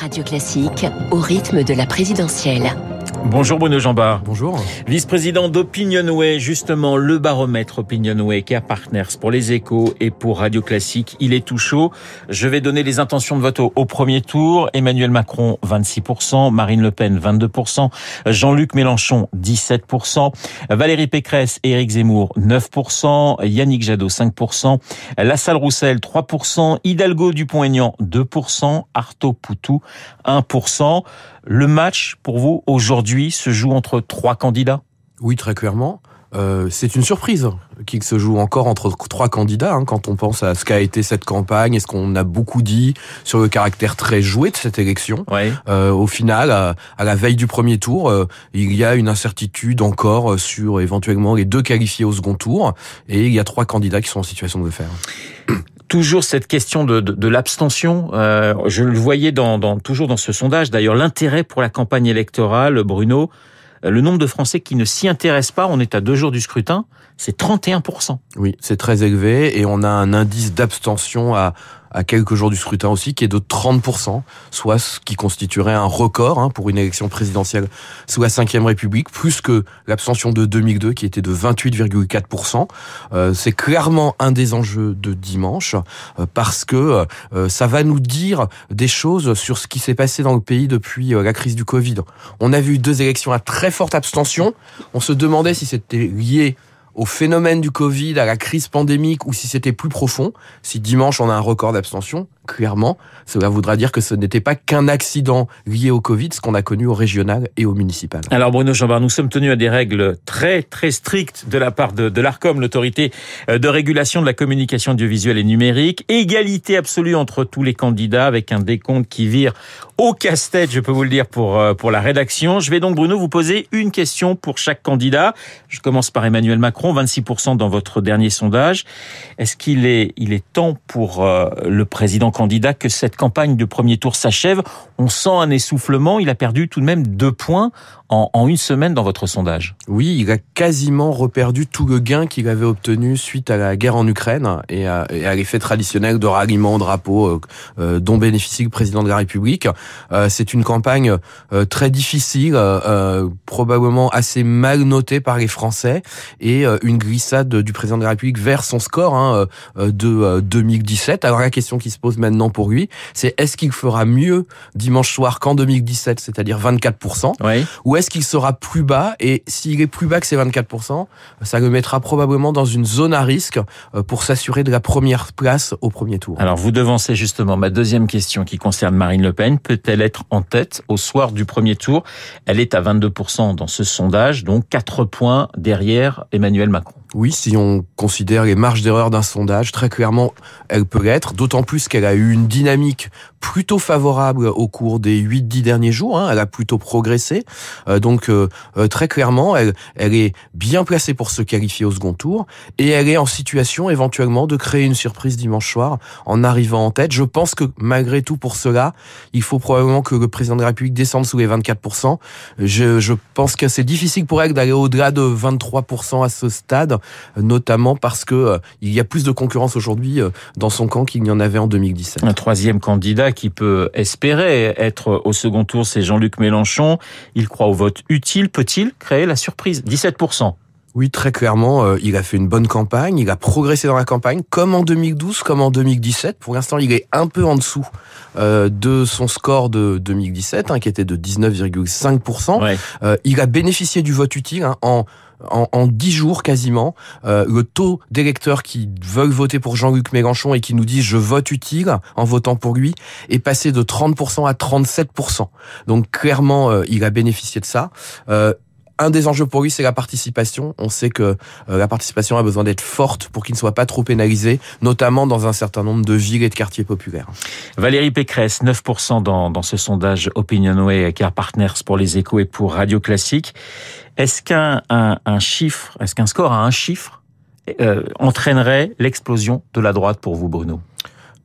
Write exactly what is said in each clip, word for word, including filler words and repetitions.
Radio Classique, au rythme de la présidentielle. Bonjour Bruno Jambard. Bonjour. Vice-président d'Opinionway, justement le baromètre Opinionway, Care Partners pour les Échos et pour Radio Classique. Il est tout chaud. Je vais donner les intentions de vote au, au premier tour. Emmanuel Macron, vingt-six pour cent. Marine Le Pen, vingt-deux pour cent. Jean-Luc Mélenchon, dix-sept pour cent. Valérie Pécresse et Éric Zemmour, neuf pour cent. Yannick Jadot, cinq pour cent. Lassalle Roussel, trois pour cent. Hidalgo Dupont-Aignan, deux pour cent. Artaud Poutou, un pour cent. Le match, pour vous, aujourd'hui, se joue entre trois candidats ? Oui, très clairement. Euh, c'est une surprise qu'il se joue encore entre trois candidats, hein, quand on pense à ce qu'a été cette campagne et ce qu'on a beaucoup dit sur le caractère très joué de cette élection. Ouais. Euh, au final, à, à la veille du premier tour, euh, il y a une incertitude encore sur éventuellement les deux qualifiés au second tour, et il y a trois candidats qui sont en situation de le faire. Toujours cette question de, de, de l'abstention. Euh, je le voyais dans, dans, toujours dans ce sondage. D'ailleurs, l'intérêt pour la campagne électorale, Bruno, le nombre de Français qui ne s'y intéressent pas, on est à deux jours du scrutin, c'est trente et un pour cent. Oui, c'est très élevé, et on a un indice d'abstention à à quelques jours du scrutin aussi, qui est de trente pour cent, soit ce qui constituerait un record hein, pour une élection présidentielle sous la cinquième République, plus que l'abstention de deux mille deux qui était de vingt-huit virgule quatre pour cent. Euh, c'est clairement un des enjeux de dimanche, euh, parce que euh, ça va nous dire des choses sur ce qui s'est passé dans le pays depuis euh, la crise du Covid. On a vu deux élections à très forte abstention. On se demandait si c'était lié au phénomène du Covid, à la crise pandémique, ou si c'était plus profond. Si dimanche on a un record d'abstention, clairement, cela voudra dire que ce n'était pas qu'un accident lié au Covid, ce qu'on a connu au régional et au municipal. Alors Bruno Jambard, nous sommes tenus à des règles très très strictes de la part de, de l'Arcom, l'autorité de régulation de la communication audiovisuelle et numérique. Égalité absolue entre tous les candidats, avec un décompte qui vire au casse-tête, je peux vous le dire, pour pour la rédaction. Je vais donc, Bruno, vous poser une question pour chaque candidat. Je commence par Emmanuel Macron, vingt-six pour cent dans votre dernier sondage. Est-ce qu'il est il est temps pour euh, le président candidat que cette campagne de premier tour s'achève? On sent un essoufflement. Il a perdu tout de même deux points en, en une semaine dans votre sondage. Oui, il a quasiment reperdu tout le gain qu'il avait obtenu suite à la guerre en Ukraine et à, et à l'effet traditionnel de ralliement au drapeau euh, euh, dont bénéficie le président de la République. Euh, c'est une campagne euh, très difficile, euh, probablement assez mal notée par les Français, et euh, une glissade du président de la République vers son score hein, euh, de euh, deux mille dix-sept. Alors la question qui se pose maintenant pour lui, c'est est-ce qu'il fera mieux dimanche soir qu'en deux mille dix-sept, c'est-à-dire vingt-quatre pour cent, oui. Ou est-ce qu'il sera plus bas? Et s'il est plus bas que ces vingt-quatre pour cent, ça le mettra probablement dans une zone à risque pour s'assurer de la première place au premier tour. Alors vous devancez justement ma deuxième question qui concerne Marine Le Pen. Peut-elle être en tête au soir du premier tour? Elle est à vingt-deux pour cent dans ce sondage, donc quatre points derrière Emmanuel Macron. Oui, si on considère les marges d'erreur d'un sondage, très clairement, elle peut l'être, d'autant plus qu'elle a eu une dynamique plutôt favorable au cours des huit dix derniers jours, hein, elle a plutôt progressé, euh, donc euh, très clairement, elle, elle est bien placée pour se qualifier au second tour, et elle est en situation éventuellement de créer une surprise dimanche soir en arrivant en tête. Je pense que malgré tout, pour cela, il faut probablement que le président de la République descende sous les vingt-quatre pour cent. Je, je pense que c'est difficile pour elle d'aller au-delà de vingt-trois pour cent à ce stade, notamment parce que euh, il y a plus de concurrence aujourd'hui euh, dans son camp qu'il n'y en avait en deux mille dix-sept. Un troisième candidat qui peut espérer être au second tour, c'est Jean-Luc Mélenchon. Il croit au vote utile. Peut-il créer la surprise? dix-sept pour cent. Oui, très clairement, euh, il a fait une bonne campagne, il a progressé dans la campagne, comme en deux mille douze, comme en deux mille dix-sept. Pour l'instant, il est un peu en dessous euh, de son score de deux mille dix-sept, hein, qui était de dix-neuf virgule cinq pour cent. Ouais. Euh, il a bénéficié du vote utile hein, en En, en dix jours quasiment, euh, le taux d'électeurs qui veulent voter pour Jean-Luc Mélenchon et qui nous disent « je vote utile » en votant pour lui, est passé de trente pour cent à trente-sept pour cent. Donc clairement, euh, il a bénéficié de ça. Euh, Un des enjeux pour lui, c'est la participation. On sait que euh, la participation a besoin d'être forte pour qu'il ne soit pas trop pénalisé, notamment dans un certain nombre de villes et de quartiers populaires. Valérie Pécresse, neuf pour cent dans, dans ce sondage Opinionway, Care Partners pour les Échos et pour Radio Classique. Est-ce qu'un un, un chiffre, est-ce qu'un score à un chiffre euh, entraînerait l'explosion de la droite pour vous, Bruno ?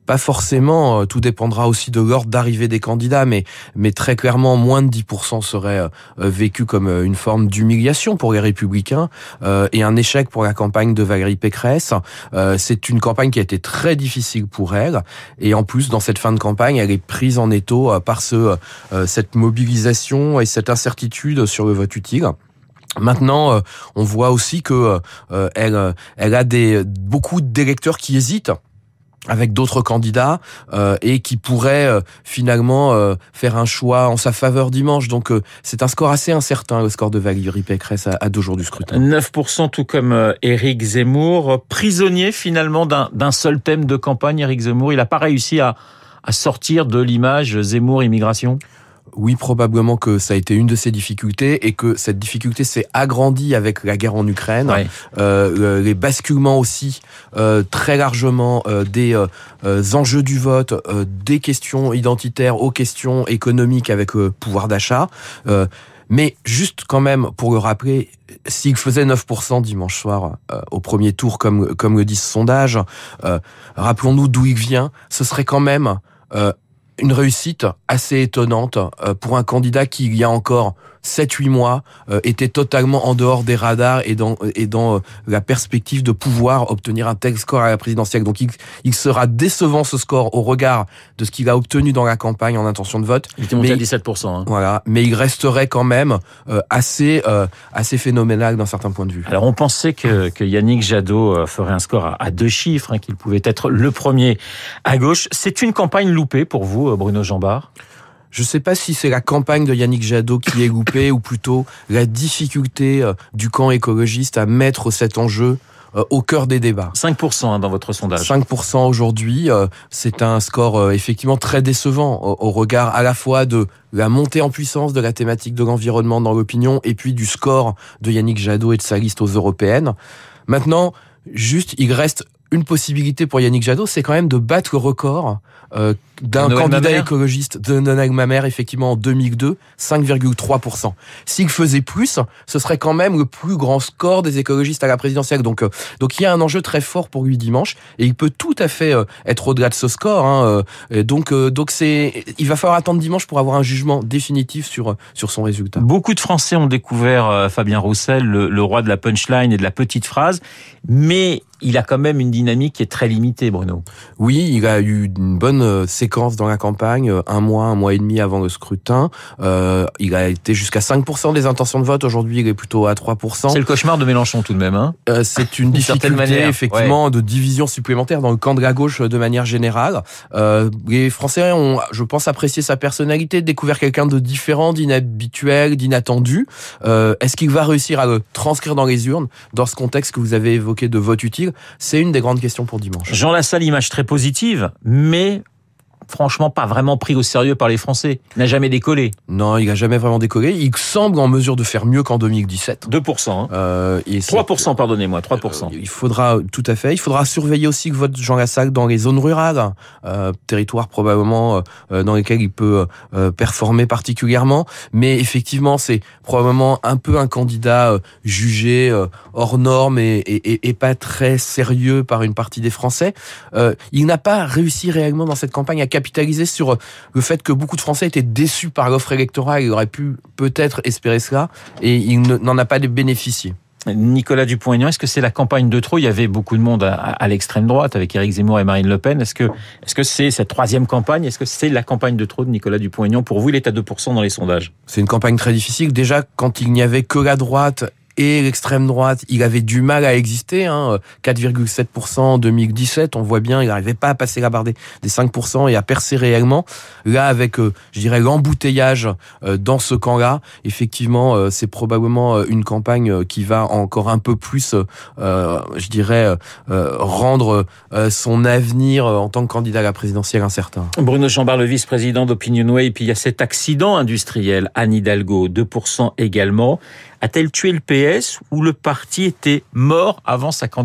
Pas forcément, tout dépendra aussi de l'ordre d'arrivée des candidats, mais, mais très clairement, moins de dix pour cent serait euh, vécu comme une forme d'humiliation pour les Républicains euh, et un échec pour la campagne de Valérie Pécresse. Euh, c'est une campagne qui a été très difficile pour elle, et en plus, dans cette fin de campagne, elle est prise en étau euh, par ce, euh, cette mobilisation et cette incertitude sur le vote utile. Maintenant, euh, on voit aussi que euh, elle, elle a des beaucoup d'électeurs qui hésitent avec d'autres candidats euh, et qui pourraient euh, finalement euh, faire un choix en sa faveur dimanche. Donc euh, c'est un score assez incertain, le score de Valérie Pécresse à, à deux jours du scrutin. neuf pour cent, tout comme euh, Éric Zemmour, prisonnier finalement d'un, d'un seul thème de campagne. Éric Zemmour, il n'a pas réussi à, à sortir de l'image Zemmour-immigration ? Oui, probablement que ça a été une de ses difficultés et que cette difficulté s'est agrandie avec la guerre en Ukraine. Ouais. Euh, les basculements aussi, euh, très largement, euh, des euh, enjeux du vote, euh, des questions identitaires aux questions économiques avec le pouvoir d'achat. Euh, mais juste quand même, pour le rappeler, s'il faisait neuf pour cent dimanche soir euh, au premier tour, comme, comme le dit ce sondage, euh, rappelons-nous d'où il vient, ce serait quand même... Euh, une réussite assez étonnante pour un candidat qui, il y a encore sept huit mois, était totalement en dehors des radars et dans, et dans la perspective de pouvoir obtenir un tel score à la présidentielle. Donc il, il sera décevant ce score au regard de ce qu'il a obtenu dans la campagne en intention de vote. Il était monté mais, à dix-sept pour cent. Hein. Voilà, mais il resterait quand même euh, assez, euh, assez phénoménal d'un certain point de vue. Alors on pensait que, que Yannick Jadot ferait un score à, à deux chiffres, hein, qu'il pouvait être le premier à gauche. C'est une campagne loupée pour vous, Bruno Jambard ? Je ne sais pas si c'est la campagne de Yannick Jadot qui est loupée ou plutôt la difficulté du camp écologiste à mettre cet enjeu au cœur des débats. cinq pour cent hein, dans votre sondage. cinq pour cent aujourd'hui, euh, c'est un score euh, effectivement très décevant au, au regard à la fois de la montée en puissance de la thématique de l'environnement dans l'opinion et puis du score de Yannick Jadot et de sa liste aux européennes. Maintenant, juste, il reste une possibilité pour Yannick Jadot, c'est quand même de battre le record euh, d'un Noël candidat Mamère. écologiste de Noël Mamère, effectivement en deux mille deux, cinq virgule trois pour cent. S'il faisait plus, ce serait quand même le plus grand score des écologistes à la présidentielle. Donc, euh, donc il y a un enjeu très fort pour lui dimanche, et il peut tout à fait euh, être au-delà de ce score. Hein, euh, donc, euh, donc c'est, il va falloir attendre dimanche pour avoir un jugement définitif sur sur son résultat. Beaucoup de Français ont découvert euh, Fabien Roussel, le, le roi de la punchline et de la petite phrase, mais il a quand même une dynamique qui est très limitée, Bruno. Oui, il a eu une bonne séquence dans la campagne, un mois, un mois et demi avant le scrutin. Euh, il a été jusqu'à cinq pour cent des intentions de vote. Aujourd'hui, il est plutôt à trois pour cent. C'est le cauchemar de Mélenchon tout de même. Hein euh, c'est une difficulté, manière, effectivement, ouais. de division supplémentaire dans le camp de la gauche de manière générale. Euh, les Français ont, je pense, apprécié sa personnalité, découvert quelqu'un de différent, d'inhabituel, d'inattendu. Euh, est-ce qu'il va réussir à le transcrire dans les urnes, dans ce contexte que vous avez évoqué de vote utile? C'est une des grandes questions pour dimanche. Jean Lassalle, image très positive, mais franchement pas vraiment pris au sérieux par les Français. Il n'a jamais décollé. Non, il n'a jamais vraiment décollé. Il semble en mesure de faire mieux qu'en deux mille dix-sept. deux pour cent. Hein. Euh, et trois pour cent, pardonnez-moi, trois pour cent. Euh, il faudra, tout à fait, il faudra surveiller aussi le vote de Jean Lassalle dans les zones rurales, euh, territoires probablement euh, dans lesquels il peut euh, performer particulièrement. Mais effectivement, c'est probablement un peu un candidat euh, jugé euh, hors norme et, et, et pas très sérieux par une partie des Français. Euh, il n'a pas réussi réellement dans cette campagne à capitaliser sur le fait que beaucoup de Français étaient déçus par l'offre électorale. Il aurait pu peut-être espérer cela et il n'en a pas bénéficié. Nicolas Dupont-Aignan, est-ce que c'est la campagne de trop ? Il y avait beaucoup de monde à, à l'extrême droite avec Éric Zemmour et Marine Le Pen. Est-ce que, est-ce que c'est cette troisième campagne ? Est-ce que c'est la campagne de trop de Nicolas Dupont-Aignan ? Pour vous, il est à deux pour cent dans les sondages. C'est une campagne très difficile. Déjà, quand il n'y avait que la droite et l'extrême droite, il avait du mal à exister, hein, quatre virgule sept pour cent en deux mille dix-sept, on voit bien, il n'arrivait pas à passer la barre des, des cinq pour cent et à percer réellement. Là, avec, euh, je dirais, l'embouteillage euh, dans ce camp-là, effectivement, euh, c'est probablement une campagne qui va encore un peu plus, euh, je dirais, euh, rendre euh, son avenir en tant que candidat à la présidentielle incertain. Bruno Jambard, le vice-président d'Opinionway, et puis il y a cet accident industriel, Anne Hidalgo, deux pour cent également. A-t-elle tué le P S ou le parti était mort avant sa candidature ?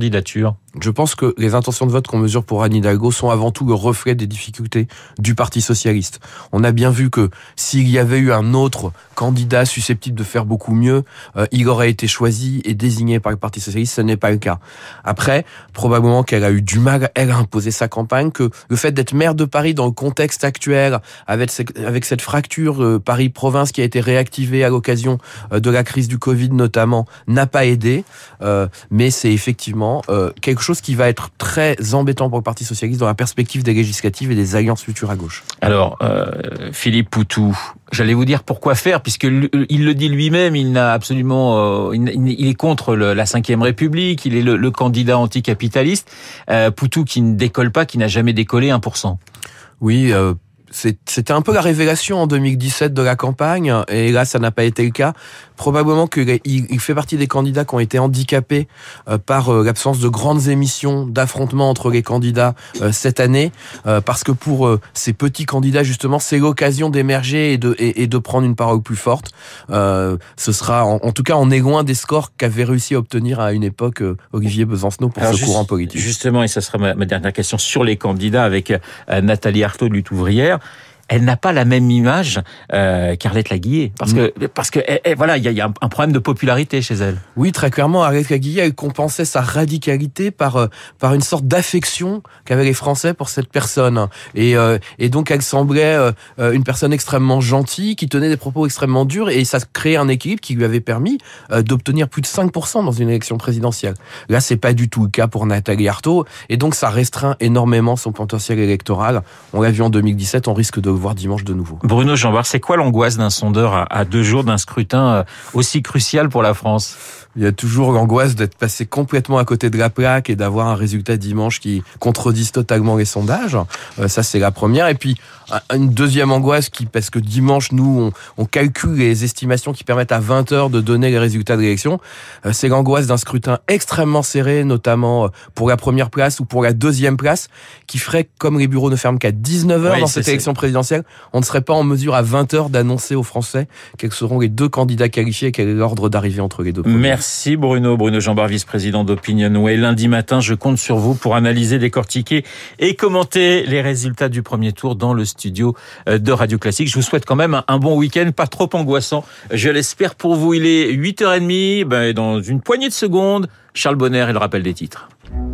Je pense que les intentions de vote qu'on mesure pour Anne Hidalgo sont avant tout le reflet des difficultés du Parti socialiste. On a bien vu que s'il y avait eu un autre candidat susceptible de faire beaucoup mieux, euh, il aurait été choisi et désigné par le Parti socialiste. Ce n'est pas le cas. Après, probablement qu'elle a eu du mal, elle a imposé sa campagne, que le fait d'être maire de Paris dans le contexte actuel, avec cette, avec cette fracture euh, Paris-Province qui a été réactivée à l'occasion euh, de la crise du Covid notamment, n'a pas aidé. Euh, mais c'est effectivement euh, quelque chose qui va être très embêtant pour le Parti socialiste dans la perspective des législatives et des alliances futures à gauche. Alors, euh, Philippe Poutou, j'allais vous dire pourquoi faire, puisque il le dit lui-même, il n'a absolument, euh, il est contre le, la cinquième République, il est le, le candidat anticapitaliste. Euh, Poutou qui ne décolle pas, qui n'a jamais décollé un pour cent. Oui, euh, c'était un peu la révélation en deux mille dix-sept de la campagne, et là ça n'a pas été le cas. Probablement qu'il il fait partie des candidats qui ont été handicapés euh, par euh, l'absence de grandes émissions d'affrontements entre les candidats euh, cette année, euh, parce que pour euh, ces petits candidats justement, c'est l'occasion d'émerger et de, et, et de prendre une parole plus forte. Euh, ce sera, en, en tout cas, on est loin des scores qu'avait réussi à obtenir à une époque euh, Olivier Besancenot pour Alors ce juste, courant politique. Justement, et ça sera ma, ma dernière question sur les candidats avec euh, Nathalie Arthaud de Lutte ouvrière. Elle n'a pas la même image euh, qu'Arlette Laguillet, parce mmh. que parce que elle, elle, voilà, il y a, y a un problème de popularité chez elle. Oui, très clairement, Arlette Laguillet, elle compensait sa radicalité par euh, par une sorte d'affection qu'avaient les Français pour cette personne, et euh, et donc elle semblait euh, une personne extrêmement gentille, qui tenait des propos extrêmement durs, et ça créait un équilibre qui lui avait permis euh, d'obtenir plus de cinq pour cent dans une élection présidentielle. Là, c'est pas du tout le cas pour Nathalie Arthaud, et donc ça restreint énormément son potentiel électoral. On l'a vu en deux mille dix-sept, on risque de voir dimanche de nouveau. Bruno Jeanbar, c'est quoi l'angoisse d'un sondeur à, à deux jours d'un scrutin aussi crucial pour la France ? Il y a toujours l'angoisse d'être passé complètement à côté de la plaque et d'avoir un résultat dimanche qui contredise totalement les sondages. Euh, ça, c'est la première. Et puis, une deuxième angoisse qui, parce que dimanche, nous, on, on calcule les estimations qui permettent à vingt heures de donner les résultats de l'élection. Euh, c'est l'angoisse d'un scrutin extrêmement serré, notamment pour la première place ou pour la deuxième place, qui ferait, comme les bureaux ne ferment qu'à dix-neuf heures oui, dans cette élection présidentielle, on ne serait pas en mesure à vingt heures d'annoncer aux Français quels seront les deux candidats qualifiés et quel est l'ordre d'arrivée entre les deux premiers. Merci Bruno. Bruno Jeanbar, vice-président d'Opinionway. Lundi matin, je compte sur vous pour analyser, décortiquer et commenter les résultats du premier tour dans le studio de Radio Classique. Je vous souhaite quand même un bon week-end, pas trop angoissant. Je l'espère pour vous. Il est huit heures trente. Ben, dans une poignée de secondes, Charles Bonner et le rappel des titres.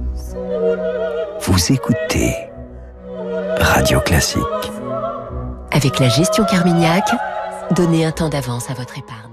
Vous écoutez Radio Classique. Avec la gestion Carmignac, donnez un temps d'avance à votre épargne.